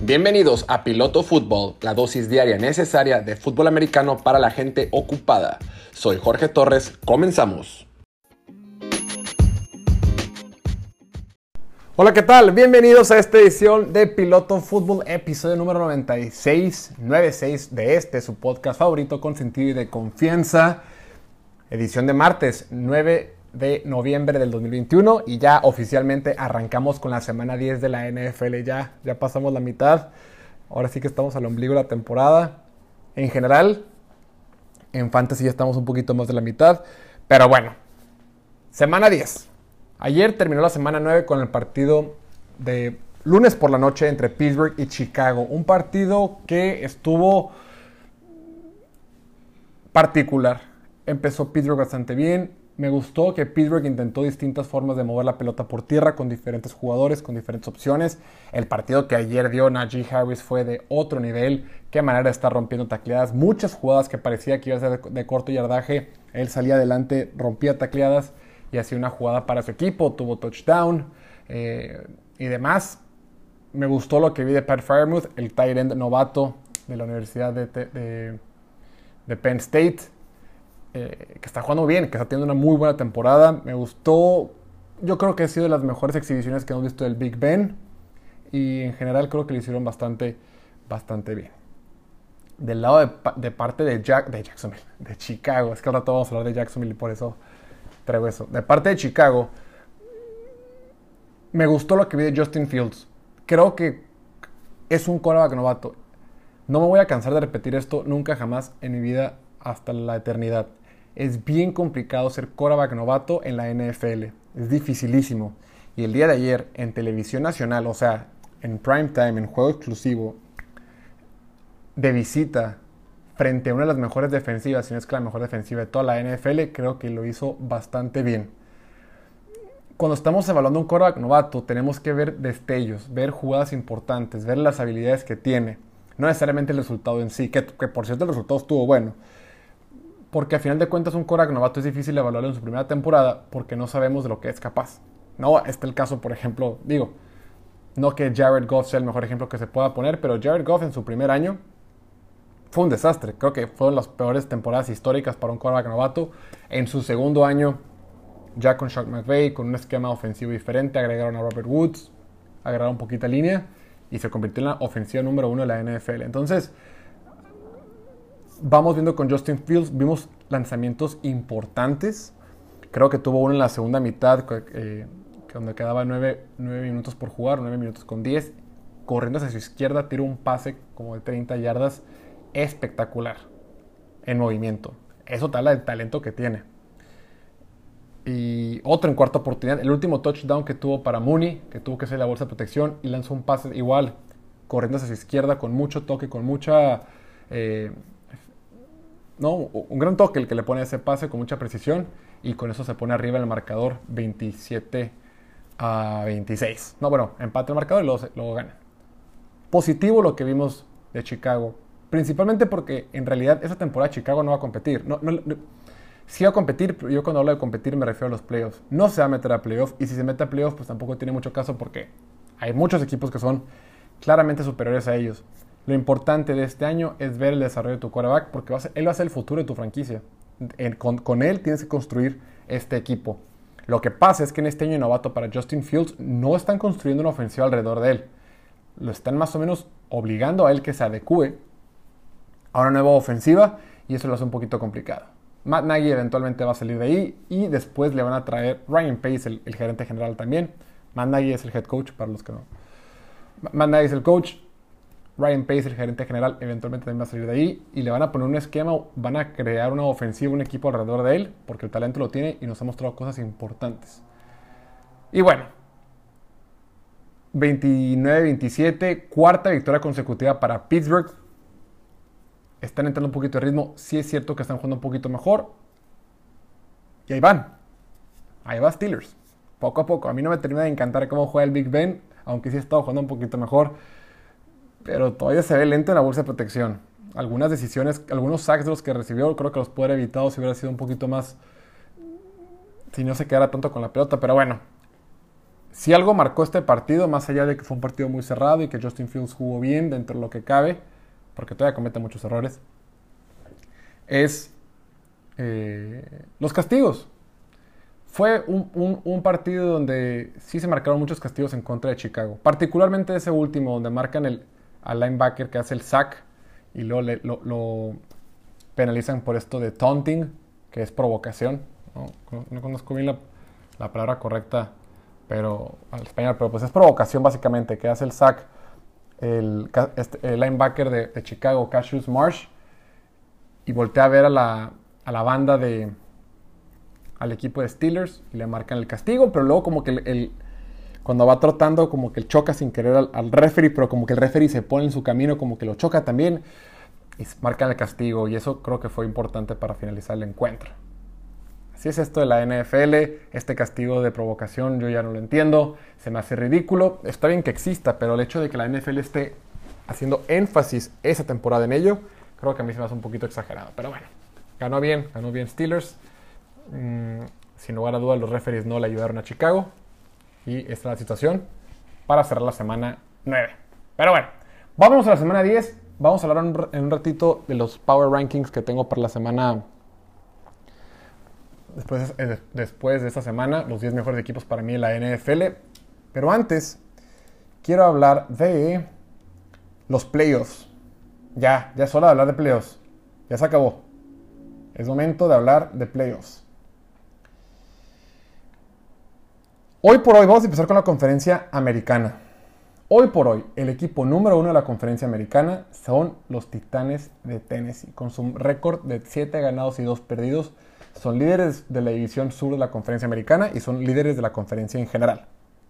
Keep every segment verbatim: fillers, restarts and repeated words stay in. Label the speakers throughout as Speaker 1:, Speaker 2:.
Speaker 1: Bienvenidos a Piloto Fútbol, la dosis diaria necesaria de fútbol americano para la gente ocupada. Soy Jorge Torres, comenzamos. Hola, ¿qué tal? Bienvenidos a esta edición de Piloto Fútbol, episodio número noventa y seis, noventa y seis de este, su podcast favorito con sentido y de confianza. Edición de martes, nueve de noviembre del dos mil veintiuno, y ya oficialmente arrancamos con la semana diez de la N F L. Ya, ya pasamos la mitad. Ahora sí que estamos al ombligo de la temporada. En general, en Fantasy ya estamos un poquito más de la mitad. Pero bueno, semana diez. Ayer terminó la semana nueve con el partido de lunes por la noche entre Pittsburgh y Chicago. Un partido que estuvo particular. Empezó Pittsburgh bastante bien. Me gustó que Pittsburgh intentó distintas formas de mover la pelota por tierra con diferentes jugadores, con diferentes opciones. El partido que ayer dio Najee Harris fue de otro nivel. Qué manera de estar rompiendo tacleadas. Muchas jugadas que parecía que iba a ser de, de corto yardaje. Él salía adelante, rompía tacleadas y hacía una jugada para su equipo. Tuvo touchdown eh, y demás. Me gustó lo que vi de Pat Freiermuth, el tight end novato de la Universidad de, de, de Penn State. Eh, que está jugando bien, que está teniendo una muy buena temporada. Me gustó, yo creo que ha sido de las mejores exhibiciones que hemos visto del Big Ben, y en general creo que lo hicieron bastante, bastante bien. Del lado de, de parte de, Jack, de Jacksonville, de Chicago, es que al rato vamos a hablar de Jacksonville y por eso traigo eso. De parte de Chicago, me gustó lo que vi de Justin Fields. Creo que es un quarterback novato. No me voy a cansar de repetir esto nunca jamás en mi vida hasta la eternidad. Es bien complicado ser quarterback novato en la N F L. Es dificilísimo. Y el día de ayer, en televisión nacional, o sea, en prime time, en juego exclusivo, de visita, frente a una de las mejores defensivas, si no es que la mejor defensiva de toda la N F L, creo que lo hizo bastante bien. Cuando estamos evaluando un quarterback novato, tenemos que ver destellos, ver jugadas importantes, ver las habilidades que tiene. No necesariamente el resultado en sí, que, que por cierto el resultado estuvo bueno. Porque a final de cuentas un quarterback novato es difícil evaluarlo en su primera temporada porque no sabemos de lo que es capaz. No está el caso, por ejemplo, digo, no que Jared Goff sea el mejor ejemplo que se pueda poner, pero Jared Goff en su primer año fue un desastre. Creo que fueron las peores temporadas históricas para un quarterback novato. En su segundo año, ya con Sean McVay, con un esquema ofensivo diferente, agregaron a Robert Woods, agregaron poquita línea y se convirtió en la ofensiva número uno de la N F L. Entonces, vamos viendo con Justin Fields, vimos lanzamientos importantes. Creo que tuvo uno en la segunda mitad, eh, donde quedaba nueve minutos por jugar, nueve minutos con diez. Corriendo hacia su izquierda, tiró un pase como de treinta yardas, espectacular, en movimiento. Eso te habla del talento que tiene. Y otro en cuarta oportunidad, el último touchdown que tuvo para Mooney, que tuvo que hacer la bolsa de protección, y lanzó un pase igual, corriendo hacia su izquierda, con mucho toque, con mucha... Eh, No, un gran toque el que le pone ese pase con mucha precisión, y con eso se pone arriba en el marcador veintisiete a veintiséis. No, bueno, empate el marcador y luego, luego gana. Positivo lo que vimos de Chicago, principalmente porque en realidad esa temporada Chicago no va a competir. No, no, no, sí va a competir, pero yo cuando hablo de competir me refiero a los playoffs. No se va a meter a playoffs, y si se mete a playoffs pues tampoco tiene mucho caso porque hay muchos equipos que son claramente superiores a ellos. Lo importante de este año es ver el desarrollo de tu quarterback, porque va a ser, él va a ser el futuro de tu franquicia. En, con, con él tienes que construir este equipo. Lo que pasa es que en este año novato para Justin Fields no están construyendo una ofensiva alrededor de él. Lo están más o menos obligando a él que se adecue a una nueva ofensiva, y eso lo hace un poquito complicado. Matt Nagy eventualmente va a salir de ahí, y después le van a traer Ryan Pace, el, el gerente general también. Matt Nagy es el head coach, para los que no. Matt Nagy es el coach. Ryan Pace, el gerente general, eventualmente también va a salir de ahí, y le van a poner un esquema, van a crear una ofensiva, un equipo alrededor de él, porque el talento lo tiene y nos ha mostrado cosas importantes. Y bueno, veintinueve veintisiete, cuarta victoria consecutiva para Pittsburgh. Están entrando un poquito de ritmo, sí es cierto que están jugando un poquito mejor, y ahí van, ahí va Steelers, poco a poco. A mí no me termina de encantar cómo juega el Big Ben, aunque sí ha estado jugando un poquito mejor, pero todavía se ve lento en la bolsa de protección. Algunas decisiones, algunos sacks de los que recibió, creo que los puede haber evitado si hubiera sido un poquito más, si no se quedara tanto con la pelota. Pero bueno, si algo marcó este partido, más allá de que fue un partido muy cerrado y que Justin Fields jugó bien dentro de lo que cabe, porque todavía comete muchos errores, es eh, los castigos. Fue un, un, un partido donde sí se marcaron muchos castigos en contra de Chicago. Particularmente ese último, donde marcan el, al linebacker que hace el sack y luego le, lo, lo penalizan por esto de taunting, que es provocación. No, no conozco bien la, la palabra correcta pero al español, pero pues es provocación básicamente, que hace el sack el, este, el linebacker de, de Chicago, Cassius Marsh, y voltea a ver a la, a la banda de al equipo de Steelers y le marcan el castigo, pero luego como que el, el cuando va trotando como que él choca sin querer al, al referee, pero como que el referee se pone en su camino, como que lo choca también y marcan el castigo, y eso creo que fue importante para finalizar el encuentro. Así es esto de la N F L, este castigo de provocación yo ya no lo entiendo, se me hace ridículo. Está bien que exista, pero el hecho de que la N F L esté haciendo énfasis esa temporada en ello, creo que a mí se me hace un poquito exagerado. Pero bueno, ganó bien, ganó bien Steelers. Mm, sin lugar a dudas los referees no le ayudaron a Chicago, y esta es la situación para cerrar la semana nueve. Pero bueno, vamos a la semana diez. Vamos a hablar un, en un ratito de los Power Rankings que tengo para la semana. Después, eh, después de esta semana, los diez mejores equipos para mí en la N F L. Pero antes, quiero hablar de los playoffs. Ya, ya es hora de hablar de playoffs. Ya se acabó. Es momento de hablar de playoffs. Hoy por hoy, vamos a empezar con la conferencia americana. Hoy por hoy, el equipo número uno de la conferencia americana son los Titanes de Tennessee. Con su récord de siete ganados y dos perdidos, son líderes de la división sur de la conferencia americana y son líderes de la conferencia en general.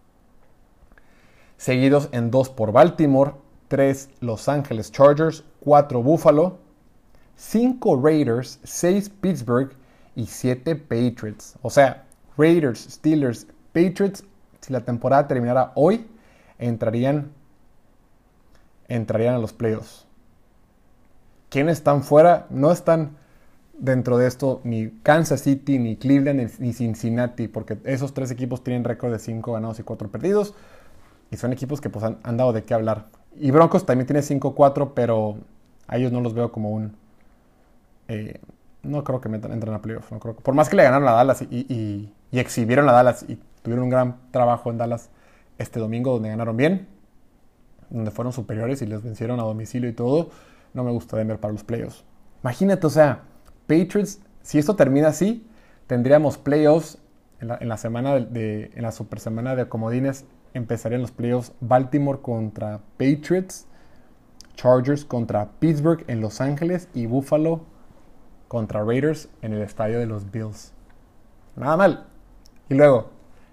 Speaker 1: Seguidos en dos por Baltimore, tres Los Angeles Chargers, cuatro Buffalo, cinco Raiders, seis Pittsburgh y siete Patriots. O sea, Raiders, Steelers, Patriots, si la temporada terminara hoy, entrarían, entrarían a los playoffs. ¿Quiénes están fuera? No están dentro de esto ni Kansas City, ni Cleveland, ni Cincinnati, porque esos tres equipos tienen récord de cinco ganados y cuatro perdidos, y son equipos que pues han, han dado de qué hablar. Y Broncos también tiene cinco cuatro, pero a ellos no los veo como un... Eh, no creo que metan, entren a playoffs. No creo que, por más que le ganaron a Dallas y, y, y exhibieron a Dallas y tuvieron un gran trabajo en Dallas este domingo, donde ganaron bien, donde fueron superiores y les vencieron a domicilio y todo, no me gusta Denver para los playoffs. Imagínate, o sea, Patriots, si esto termina así, tendríamos playoffs en la, en la semana de, de en la super semana de comodines. Empezarían los playoffs Baltimore contra Patriots, Chargers contra Pittsburgh en Los Ángeles y Buffalo contra Raiders en el estadio de los Bills. Nada mal. Y luego,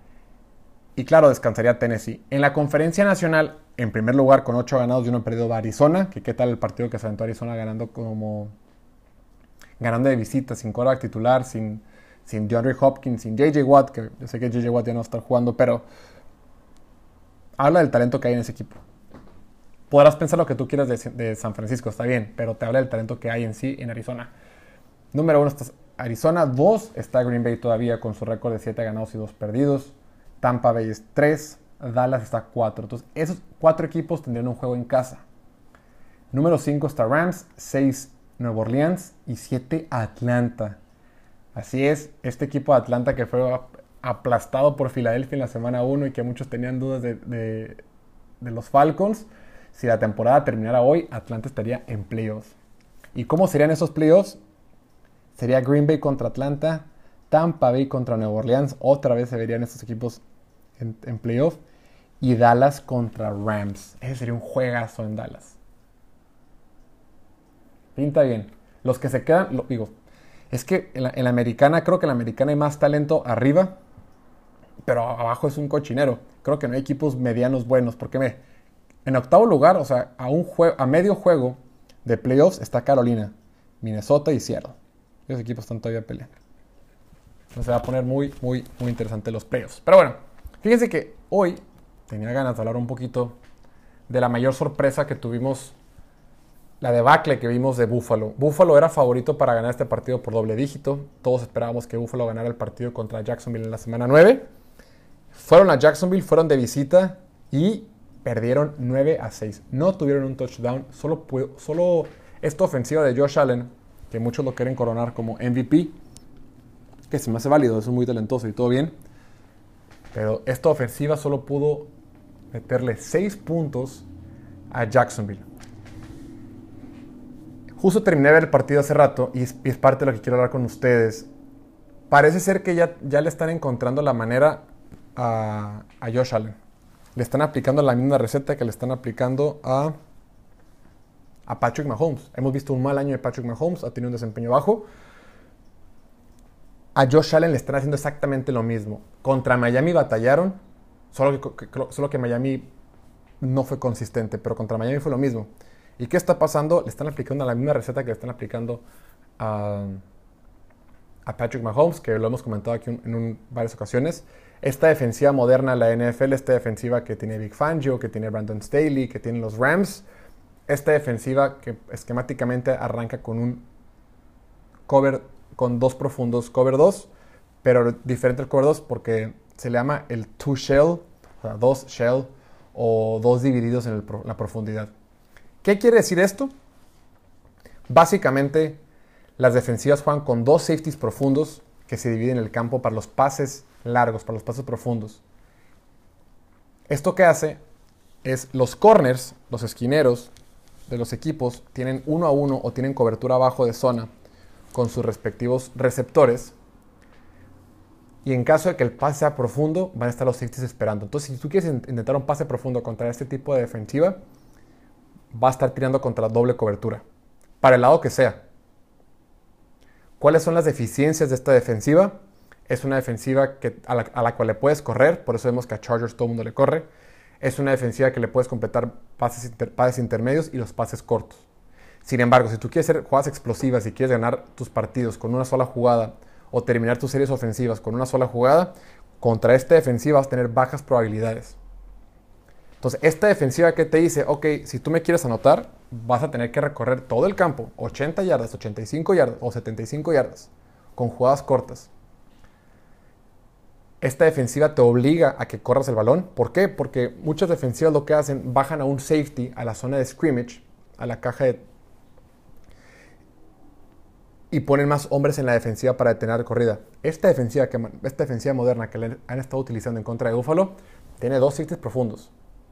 Speaker 1: y claro, descansaría Tennessee. En la conferencia nacional, en primer lugar con ocho ganados y uno perdido, va Arizona. Que qué tal el partido que se aventó Arizona ganando como... ganando de visita, sin quarterback titular, sin, sin DeAndre Hopkins, sin J J Watt, que yo sé que J J Watt ya no está jugando, pero habla del talento que hay en ese equipo. Podrás pensar lo que tú quieras de, de San Francisco, está bien, pero te habla del talento que hay en sí en Arizona. Número uno está Arizona, dos está Green Bay todavía con su récord de siete ganados y dos perdidos. Tampa Bay es tres, Dallas está cuatro. Entonces, esos cuatro equipos tendrían un juego en casa. Número cinco está Rams, seis Nueva Orleans y siete Atlanta. Así es, este equipo de Atlanta que fue aplastado por Filadelfia en la semana uno y que muchos tenían dudas de, de, de los Falcons. Si la temporada terminara hoy, Atlanta estaría en playoffs. ¿Y cómo serían esos playoffs? Sería Green Bay contra Atlanta, Tampa Bay contra Nueva Orleans, otra vez se verían estos equipos en, en playoff, y Dallas contra Rams. Ese sería un juegazo en Dallas. Pinta bien. Los que se quedan, lo digo, es que en la, en la americana, creo que en la americana hay más talento arriba, pero abajo es un cochinero. Creo que no hay equipos medianos buenos, porque me, en octavo lugar, o sea, a, un jue, a medio juego de playoffs está Carolina, Minnesota y Seattle. Esos equipos están todavía peleando. Entonces se va a poner muy, muy, muy interesante los playoffs. Pero bueno, fíjense que hoy tenía ganas de hablar un poquito de la mayor sorpresa que tuvimos, la debacle que vimos de Buffalo. Buffalo era favorito para ganar este partido por doble dígito. Todos esperábamos que Buffalo ganara el partido contra Jacksonville en la semana nueve. Fueron a Jacksonville, fueron de visita y perdieron nueve a seis. No tuvieron un touchdown. Solo, solo esta ofensiva de Josh Allen, que muchos lo quieren coronar como M V P, que se me hace válido, es muy talentoso y todo bien. Pero esta ofensiva solo pudo meterle seis puntos a Jacksonville. Justo terminé de ver el partido hace rato y es, y es parte de lo que quiero hablar con ustedes. Parece ser que ya, ya le están encontrando la manera a, a Josh Allen. Le están aplicando la misma receta que le están aplicando a, a Patrick Mahomes. Hemos visto un mal año de Patrick Mahomes, ha tenido un desempeño bajo. A Josh Allen le están haciendo exactamente lo mismo. Contra Miami batallaron, solo que, que, solo que Miami no fue consistente, pero contra Miami fue lo mismo. ¿Y qué está pasando? Le están aplicando la misma receta que le están aplicando a, a Patrick Mahomes, que lo hemos comentado aquí en, en un, varias ocasiones. Esta defensiva moderna de la N F L, esta defensiva que tiene Vic Fangio, que tiene Brandon Staley, que tiene los Rams, esta defensiva que esquemáticamente arranca con un cover, con dos profundos, cover dos, pero diferente al cover dos porque se le llama el two shell, o sea, dos shell, o dos divididos en el, la profundidad. ¿Qué quiere decir esto? Básicamente, las defensivas juegan con dos safeties profundos que se dividen el campo para los pases largos, para los pases profundos. Esto que hace es los corners, los esquineros de los equipos, tienen uno a uno o tienen cobertura abajo de zona con sus respectivos receptores. Y en caso de que el pase sea profundo, van a estar los safeties esperando. Entonces, si tú quieres intentar un pase profundo contra este tipo de defensiva, va a estar tirando contra doble cobertura, para el lado que sea. ¿Cuáles son las deficiencias de esta defensiva? Es una defensiva que, a, la, a la cual le puedes correr, por eso vemos que a Chargers todo el mundo le corre. Es una defensiva que le puedes completar pases, inter, pases intermedios y los pases cortos. Sin embargo, si tú quieres hacer jugadas explosivas y quieres ganar tus partidos con una sola jugada o terminar tus series ofensivas con una sola jugada, contra esta defensiva vas a tener bajas probabilidades. Entonces, esta defensiva que te dice, ok, si tú me quieres anotar, vas a tener que recorrer todo el campo, ochenta yardas, ochenta y cinco yardas o setenta y cinco yardas, con jugadas cortas. Esta defensiva te obliga a que corras el balón. ¿Por qué? Porque muchas defensivas lo que hacen, bajan a un safety, a la zona de scrimmage, a la caja de... y ponen más hombres en la defensiva para detener la corrida. Esta defensiva, que, esta defensiva moderna que le han estado utilizando en contra de Buffalo, tiene dos safeties profundos.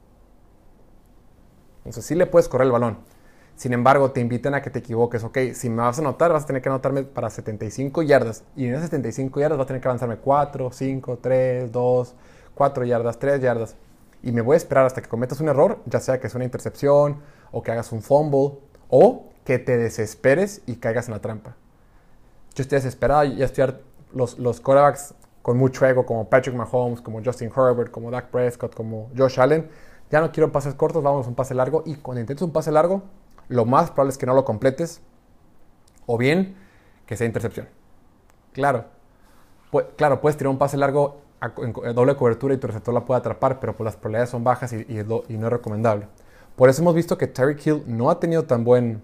Speaker 1: Entonces sí le puedes correr el balón. Sin embargo, te invitan a que te equivoques. Ok, si me vas a anotar, vas a tener que anotarme para setenta y cinco yardas. Y en esas setenta y cinco yardas vas a tener que avanzarme cuatro, cinco, tres, dos, cuatro yardas, tres yardas. Y me voy a esperar hasta que cometas un error, ya sea que es una intercepción, o que hagas un fumble, o que te desesperes y caigas en la trampa. Yo estoy desesperado y ya estoy los, los quarterbacks con mucho ego, como Patrick Mahomes, como Justin Herbert, como Dak Prescott, como Josh Allen. Ya no quiero pases cortos, vamos a un pase largo. Y cuando intentes un pase largo, lo más probable es que no lo completes. O bien, que sea intercepción. Claro, pu- claro puedes tirar un pase largo a, en, en doble cobertura y tu receptor la puede atrapar, pero pues las probabilidades son bajas y, y, do, y no es recomendable. Por eso hemos visto que Tyreek Hill no ha tenido tan, buen,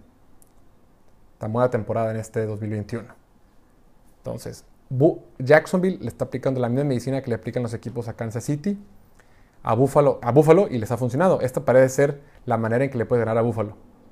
Speaker 1: tan buena temporada en este dos mil veintiuno. Entonces, Bu- Jacksonville le está aplicando la misma medicina que le aplican los equipos a Kansas City, a Buffalo, a Buffalo y les ha funcionado. Esta parece ser la manera en que le puedes ganar a Buffalo.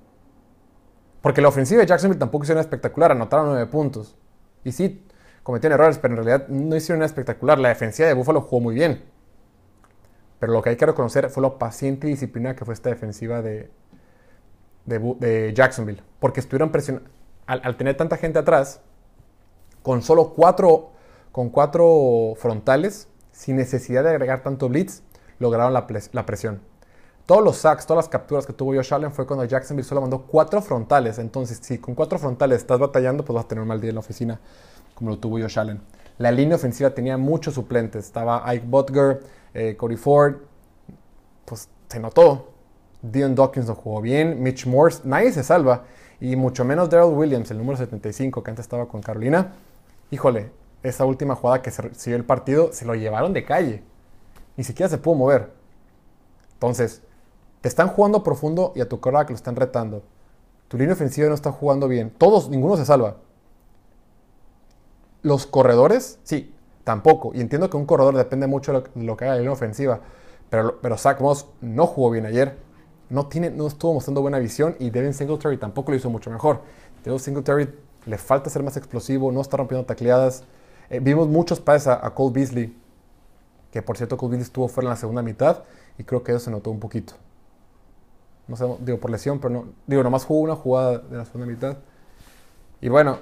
Speaker 1: Porque la ofensiva de Jacksonville tampoco hicieron espectacular, anotaron nueve puntos. Y sí, cometieron errores, pero en realidad no hicieron nada espectacular. La defensiva de Buffalo jugó muy bien. Pero lo que hay que reconocer fue lo paciente y disciplinada que fue esta defensiva de, de, de Jacksonville. Porque estuvieron presionando, al, al tener tanta gente atrás, con solo cuatro, con cuatro frontales, sin necesidad de agregar tanto blitz, lograron la, la presión. Todos los sacks, todas las capturas que tuvo Josh Allen fue cuando Jacksonville solo mandó cuatro frontales. Entonces, si con cuatro frontales estás batallando, pues vas a tener un mal día en la oficina, como lo tuvo Josh Allen. La línea ofensiva tenía muchos suplentes. Estaba Ike Butker, eh, Cody Ford. Pues se notó. Dion Dawkins no jugó bien. Mitch Morse, nadie se salva. Y mucho menos Darrell Williams, el número setenta y cinco, que antes estaba con Carolina. Híjole, esa última jugada que se siguió el partido, se lo llevaron de calle. Ni siquiera se pudo mover. Entonces, te están jugando profundo y a tu quarterback lo están retando. Tu línea ofensiva no está jugando bien. Todos, ninguno se salva. Los corredores, sí. tampoco. Y entiendo que un corredor depende mucho de lo, de lo que haga la línea ofensiva, pero, pero Zach Moss no jugó bien ayer, no, tiene, no estuvo mostrando buena visión y Devin Singletary tampoco lo hizo mucho mejor. Devin Singletary le falta ser más explosivo, no está rompiendo tacleadas. Eh, vimos muchos pases a, a Cole Beasley, que por cierto Cole Beasley estuvo fuera en la segunda mitad y creo que eso se notó un poquito. No sé, digo por lesión, pero no, digo, nomás jugó una jugada de la segunda mitad. Y bueno,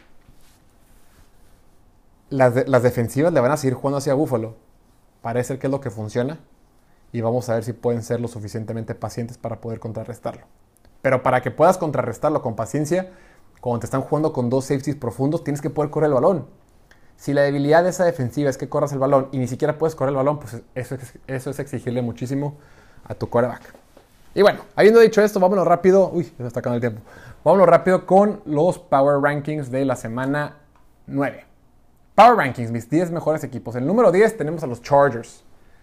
Speaker 1: las, de, las defensivas le van a seguir jugando hacia Buffalo. Parece que es lo que funciona. Y vamos a ver si pueden ser lo suficientemente pacientes para poder contrarrestarlo. Pero para que puedas contrarrestarlo con paciencia, cuando te están jugando con dos safeties profundos, tienes que poder correr el balón. Si la debilidad de esa defensiva es que corras el balón y ni siquiera puedes correr el balón, pues eso es, eso es exigirle muchísimo a tu quarterback. Y bueno, habiendo dicho esto, vámonos rápido. Uy, se está acabando el tiempo. Vámonos rápido con los Power Rankings de la semana nueve. Power Rankings, mis diez mejores equipos. En el número diez tenemos a los Chargers.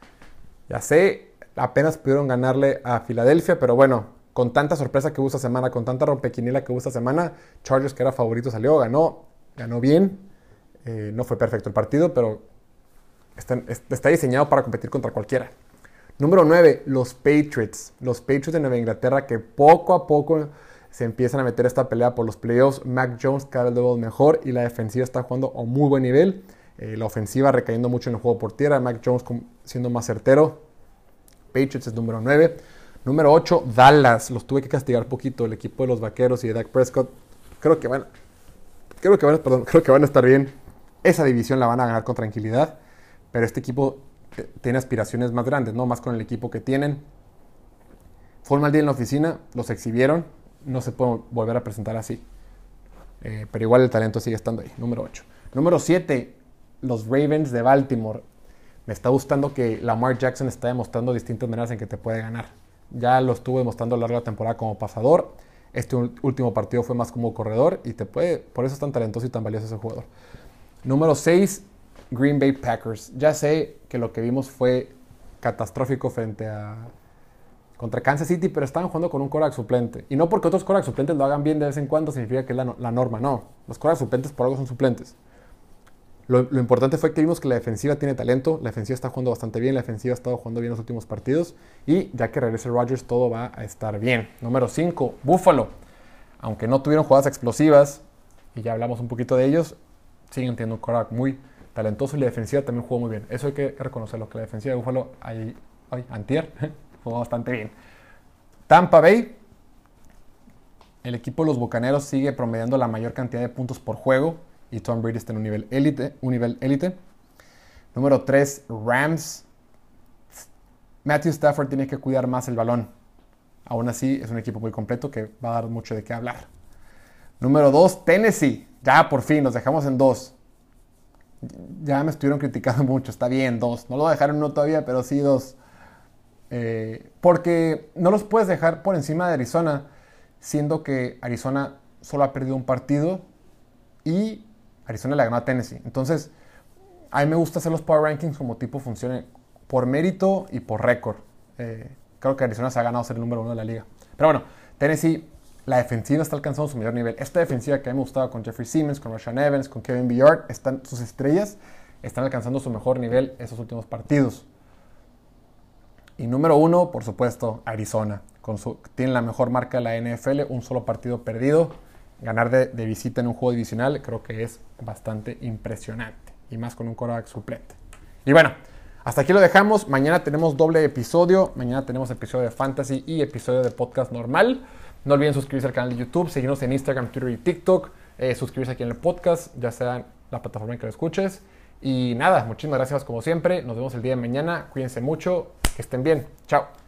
Speaker 1: Ya sé, apenas pudieron ganarle a Filadelfia, pero bueno, con tanta sorpresa que hubo esta semana, con tanta rompequiniela que hubo esta semana, Chargers, que era favorito, salió, ganó, ganó bien. Eh, no fue perfecto el partido, pero está, está diseñado para competir contra cualquiera. Número nueve, los Patriots. Los Patriots de Nueva Inglaterra que poco a poco se empiezan a meter esta pelea por los playoffs. Mac Jones cada vez mejor y la defensiva está jugando a muy buen nivel. Eh, la ofensiva recayendo mucho en el juego por tierra. Mac Jones siendo más certero. Patriots es número nueve. Número ocho, Dallas. Los tuve que castigar un poquito. El equipo de los Vaqueros y de Dak Prescott. Creo que van, creo que van, perdón, creo que van a estar bien. Esa división la van a ganar con tranquilidad. Pero este equipo tiene aspiraciones más grandes, ¿no? Más con el equipo que tienen. Fue un mal día en la oficina, los exhibieron, no se pueden volver a presentar así. Eh, pero igual el talento sigue estando ahí. Número ocho. Número siete, los Ravens de Baltimore. Me está gustando que Lamar Jackson está demostrando distintas maneras en que te puede ganar. Ya lo estuvo demostrando a lo largo de la temporada como pasador. Este último partido fue más como corredor y te puede, por eso es tan talentoso y tan valioso ese jugador. Número seis, Green Bay Packers. Ya sé que lo que vimos fue catastrófico frente a contra Kansas City, pero estaban jugando con un quarterback suplente. Y no porque otros quarterback suplentes lo hagan bien de vez en cuando significa que es la, la norma, no. Los quarterback suplentes por algo son suplentes. Lo, lo importante fue que vimos que la defensiva tiene talento, la defensiva está jugando bastante bien, la defensiva ha estado jugando bien los últimos partidos y ya que regrese Rodgers todo va a estar bien. Número cinco, Buffalo. Aunque no tuvieron jugadas explosivas, y ya hablamos un poquito de ellos, siguen teniendo un quarterback muy talentoso y la defensiva también jugó muy bien. Eso hay que reconocerlo, que la defensiva de Buffalo, ay, ay, antier, jugó bastante bien. Tampa Bay, el equipo de los Bucaneros sigue promediando la mayor cantidad de puntos por juego y Tom Brady está en un nivel élite. Un nivel élite. Número tres, Rams. Matthew Stafford tiene que cuidar más el balón. Aún así, es un equipo muy completo que va a dar mucho de qué hablar. Número dos, Tennessee. Ya, por fin, los dejamos en dos. Ya me estuvieron criticando mucho. Está bien, dos. No lo dejaron uno todavía, pero sí dos. Eh, porque no los puedes dejar por encima de Arizona, siendo que Arizona solo ha perdido un partido y Arizona le ganó a Tennessee. Entonces, a mí me gusta hacer los Power Rankings como tipo funcione por mérito y por récord. Eh, creo que Arizona se ha ganado ser el número uno de la liga. Pero bueno, Tennessee, la defensiva está alcanzando su mayor nivel. Esta defensiva que a mí me gustaba con Jeffrey Simmons, con Rashaan Evans, con Kevin Byard, están, sus estrellas están alcanzando su mejor nivel esos últimos partidos. Y número uno, por supuesto, Arizona. Con su, tiene la mejor marca de la N F L, un solo partido perdido. Ganar de, de visita en un juego divisional creo que es bastante impresionante. Y más con un quarterback suplente. Y bueno, hasta aquí lo dejamos. Mañana tenemos doble episodio. Mañana tenemos episodio de Fantasy y episodio de podcast normal. No olviden suscribirse al canal de YouTube, seguirnos en Instagram, Twitter y TikTok. Eh, suscribirse aquí en el podcast, ya sea en la plataforma en que lo escuches. Y nada, muchísimas gracias como siempre. Nos vemos el día de mañana. Cuídense mucho. Que estén bien. Chao.